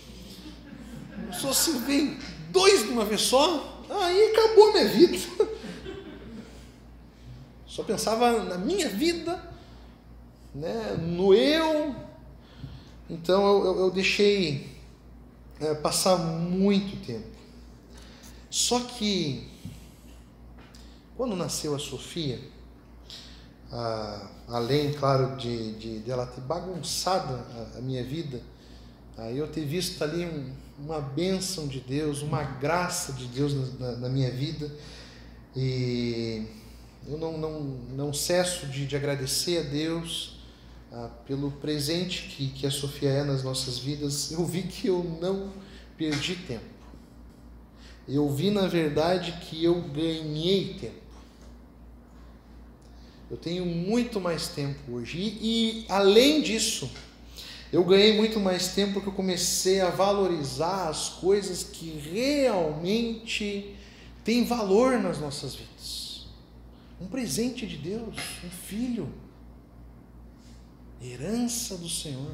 Só se vem dois de uma vez só, aí acabou a minha vida. Só pensava na minha vida, né, no eu. Então eu, eu, eu deixei é, passar muito tempo. Só que, quando nasceu a Sofia, ah, além, claro, de, de, de ela ter bagunçado a, a minha vida, ah, eu ter visto ali um, uma bênção de Deus, uma graça de Deus na, na, na minha vida, e eu não, não, não cesso de, de agradecer a Deus ah, pelo presente que, que a Sofia é nas nossas vidas. Eu vi que eu não perdi tempo. Eu vi, na verdade, que eu ganhei tempo. Eu tenho muito mais tempo hoje. E, e, além disso, eu ganhei muito mais tempo porque eu comecei a valorizar as coisas que realmente têm valor nas nossas vidas. Um presente de Deus, um filho, herança do Senhor.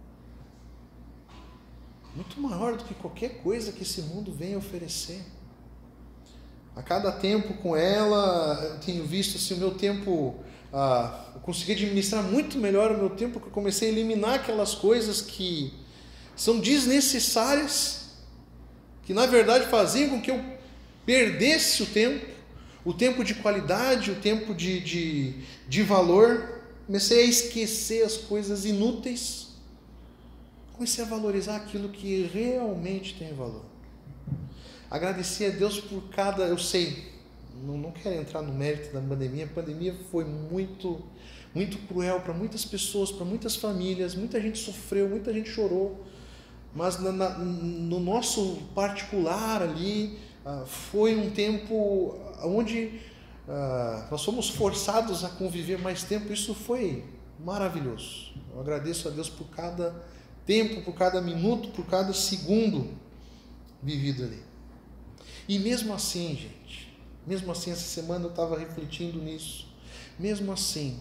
Muito maior do que qualquer coisa que esse mundo venha oferecer. A cada tempo com ela, eu tenho visto assim, o meu tempo, ah, eu consegui administrar muito melhor o meu tempo, porque eu comecei a eliminar aquelas coisas que são desnecessárias, que na verdade faziam com que eu perdesse o tempo, o tempo de qualidade, o tempo de, de, de valor. Comecei a esquecer as coisas inúteis. Comecei a valorizar aquilo que realmente tem valor. Agradecer a Deus por cada... Eu sei, não, não quero entrar no mérito da pandemia. A pandemia foi muito, muito cruel para muitas pessoas, para muitas famílias. Muita gente sofreu, muita gente chorou. Mas na, na, no nosso particular ali, uh, foi um tempo onde uh, nós fomos forçados a conviver mais tempo. Isso foi maravilhoso. Eu agradeço a Deus por cada tempo, por cada minuto, por cada segundo vivido ali. E mesmo assim, gente, mesmo assim, essa semana eu estava refletindo nisso, mesmo assim,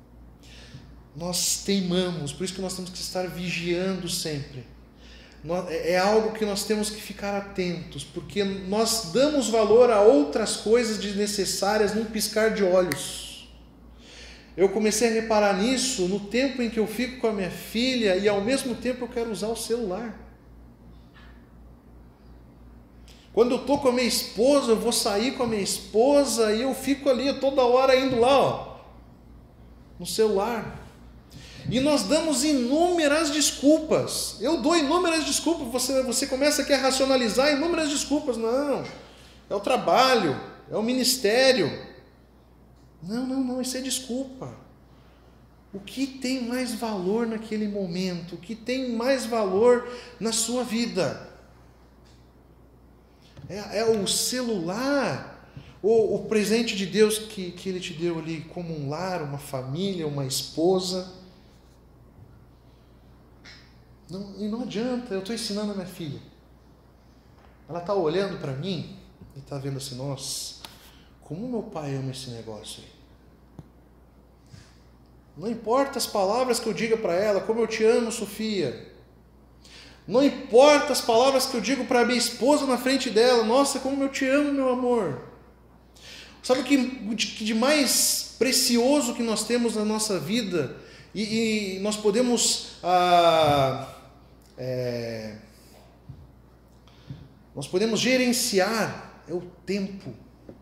nós teimamos, por isso que nós temos que estar vigiando sempre. É algo que nós temos que ficar atentos, porque nós damos valor a outras coisas desnecessárias num piscar de olhos. Eu comecei a reparar nisso no tempo em que eu fico com a minha filha e ao mesmo tempo eu quero usar o celular. Quando eu estou com a minha esposa, eu vou sair com a minha esposa e eu fico ali toda hora indo lá, ó, no celular. E nós damos inúmeras desculpas. Eu dou inúmeras desculpas. Você, você começa aqui a racionalizar inúmeras desculpas. Não, é o trabalho, é o ministério. Não, não, não, isso é desculpa. O que tem mais valor naquele momento? O que tem mais valor na sua vida? É, é o celular, ou o presente de Deus que, que Ele te deu ali como um lar, uma família, uma esposa. Não, e não adianta, eu estou ensinando a minha filha. Ela está olhando para mim e está vendo assim, nossa, como meu pai ama esse negócio aí. Não importa as palavras que eu diga para ela, como eu te amo, Sofia. Não importa as palavras que eu digo para minha esposa na frente dela, nossa, como eu te amo, meu amor. Sabe o que de mais precioso que nós temos na nossa vida e, e nós podemos ah, é, nós podemos gerenciar é o tempo.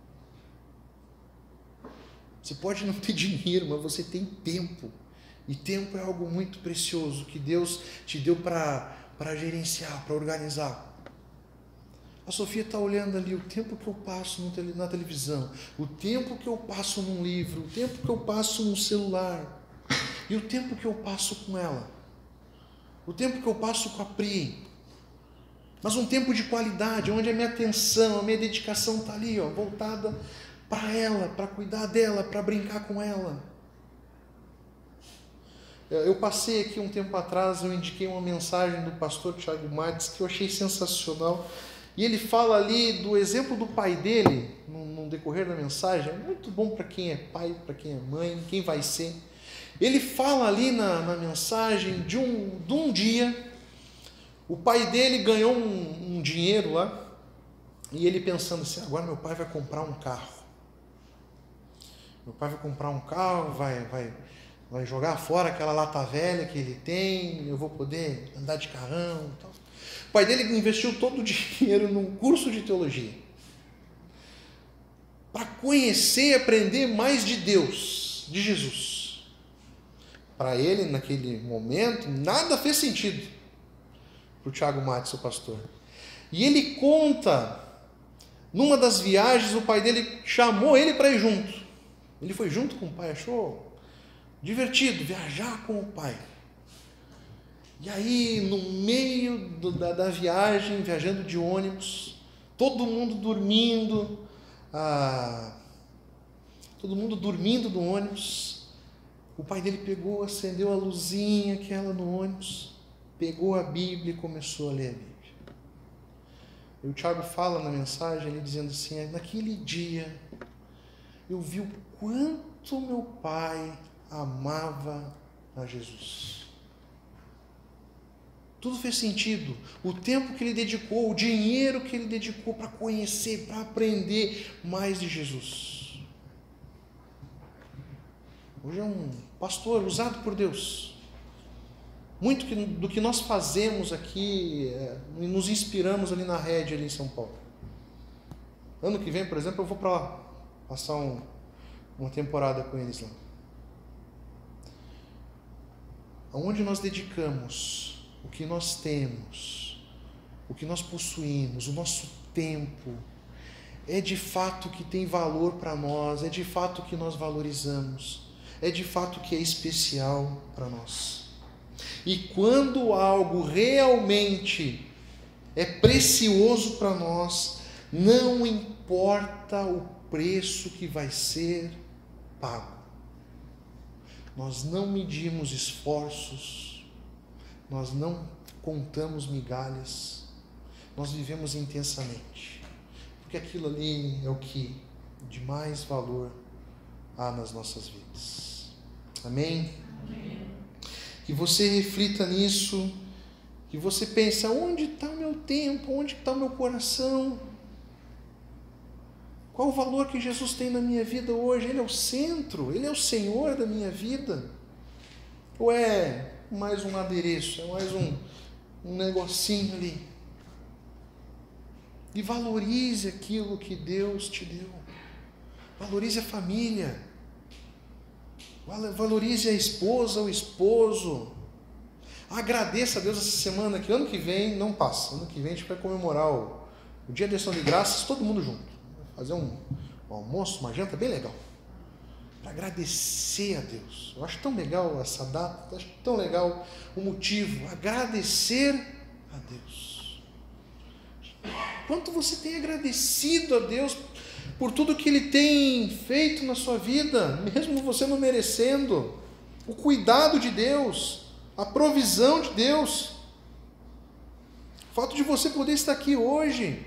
Você pode não ter dinheiro, mas você tem tempo. E tempo é algo muito precioso que Deus te deu para para gerenciar, para organizar. A Sofia está olhando ali o tempo que eu passo na televisão, o tempo que eu passo num livro, o tempo que eu passo no celular, e o tempo que eu passo com ela, o tempo que eu passo com a Pri. Mas um tempo de qualidade, onde a minha atenção, a minha dedicação está ali, ó, voltada para ela, para cuidar dela, para brincar com ela. Eu passei aqui um tempo atrás, eu indiquei uma mensagem do pastor Thiago Mates que eu achei sensacional. E ele fala ali do exemplo do pai dele, no, no decorrer da mensagem. É muito bom para quem é pai, para quem é mãe, quem vai ser. Ele fala ali na, na mensagem de um, de um dia, o pai dele ganhou um, um dinheiro lá, e ele pensando assim, agora meu pai vai comprar um carro. Meu pai vai comprar um carro, vai... vai vai jogar fora aquela lata velha que ele tem, eu vou poder andar de carrão e tal. O pai dele investiu todo o dinheiro num curso de teologia para conhecer e aprender mais de Deus, de Jesus. Para ele, naquele momento, nada fez sentido para o Thiago Mates, o pastor. E ele conta, numa das viagens, o pai dele chamou ele para ir junto. Ele foi junto com o pai, achou divertido, viajar com o pai. E aí, no meio do, da, da viagem, viajando de ônibus, todo mundo dormindo, ah, todo mundo dormindo no ônibus, o pai dele pegou, acendeu a luzinha aquela no ônibus, pegou a Bíblia e começou a ler a Bíblia. E o Thiago fala na mensagem, ele dizendo assim, naquele dia, eu vi o quanto meu pai amava a Jesus. Tudo fez sentido. O tempo que ele dedicou, o dinheiro que ele dedicou para conhecer, para aprender mais de Jesus. Hoje é um pastor usado por Deus. Muito do que nós fazemos aqui, é, nos inspiramos ali na rede, ali em São Paulo. Ano que vem, por exemplo, eu vou para lá, passar um, uma temporada com eles lá. Onde nós dedicamos o que nós temos, o que nós possuímos, o nosso tempo, é de fato que tem valor para nós, é de fato que nós valorizamos, é de fato que é especial para nós. E quando algo realmente é precioso para nós, não importa o preço que vai ser pago. Nós não medimos esforços, nós não contamos migalhas, nós vivemos intensamente, porque aquilo ali é o que de mais valor há nas nossas vidas. Amém? Amém. Que você reflita nisso, que você pense, onde está o meu tempo, onde está o meu coração? Qual o valor que Jesus tem na minha vida hoje? Ele é o centro, Ele é o Senhor da minha vida? Ou é mais um adereço, é mais um, um negocinho ali? E valorize aquilo que Deus te deu. Valorize a família. Valorize a esposa, o esposo. Agradeça a Deus essa semana, que ano que vem não passa. Ano que vem a gente vai comemorar o, o Dia de Ação de Graças, todo mundo junto. Fazer um, um almoço, uma janta bem legal. Para agradecer a Deus. Eu acho tão legal essa data, acho tão legal o motivo. Agradecer a Deus. Quanto você tem agradecido a Deus por tudo que Ele tem feito na sua vida, mesmo você não merecendo, o cuidado de Deus, a provisão de Deus, o fato de você poder estar aqui hoje,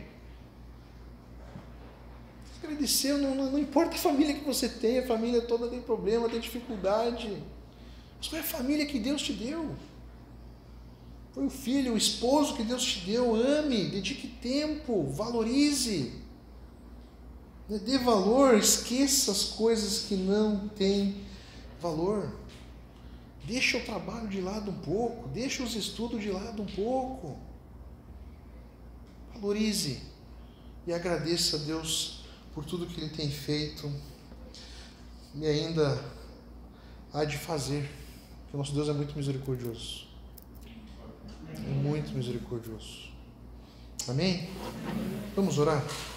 agradecer, não, não, não importa a família que você tem, a família toda tem problema, tem dificuldade, mas qual é a família que Deus te deu? Foi o filho, o esposo que Deus te deu. Ame, dedique tempo, valorize, dê valor, esqueça as coisas que não têm valor. Deixa o trabalho de lado um pouco, deixa os estudos de lado um pouco. Valorize e agradeça a Deus por tudo que Ele tem feito e ainda há de fazer, porque o nosso Deus é muito misericordioso. É muito misericordioso. Amém? Vamos orar?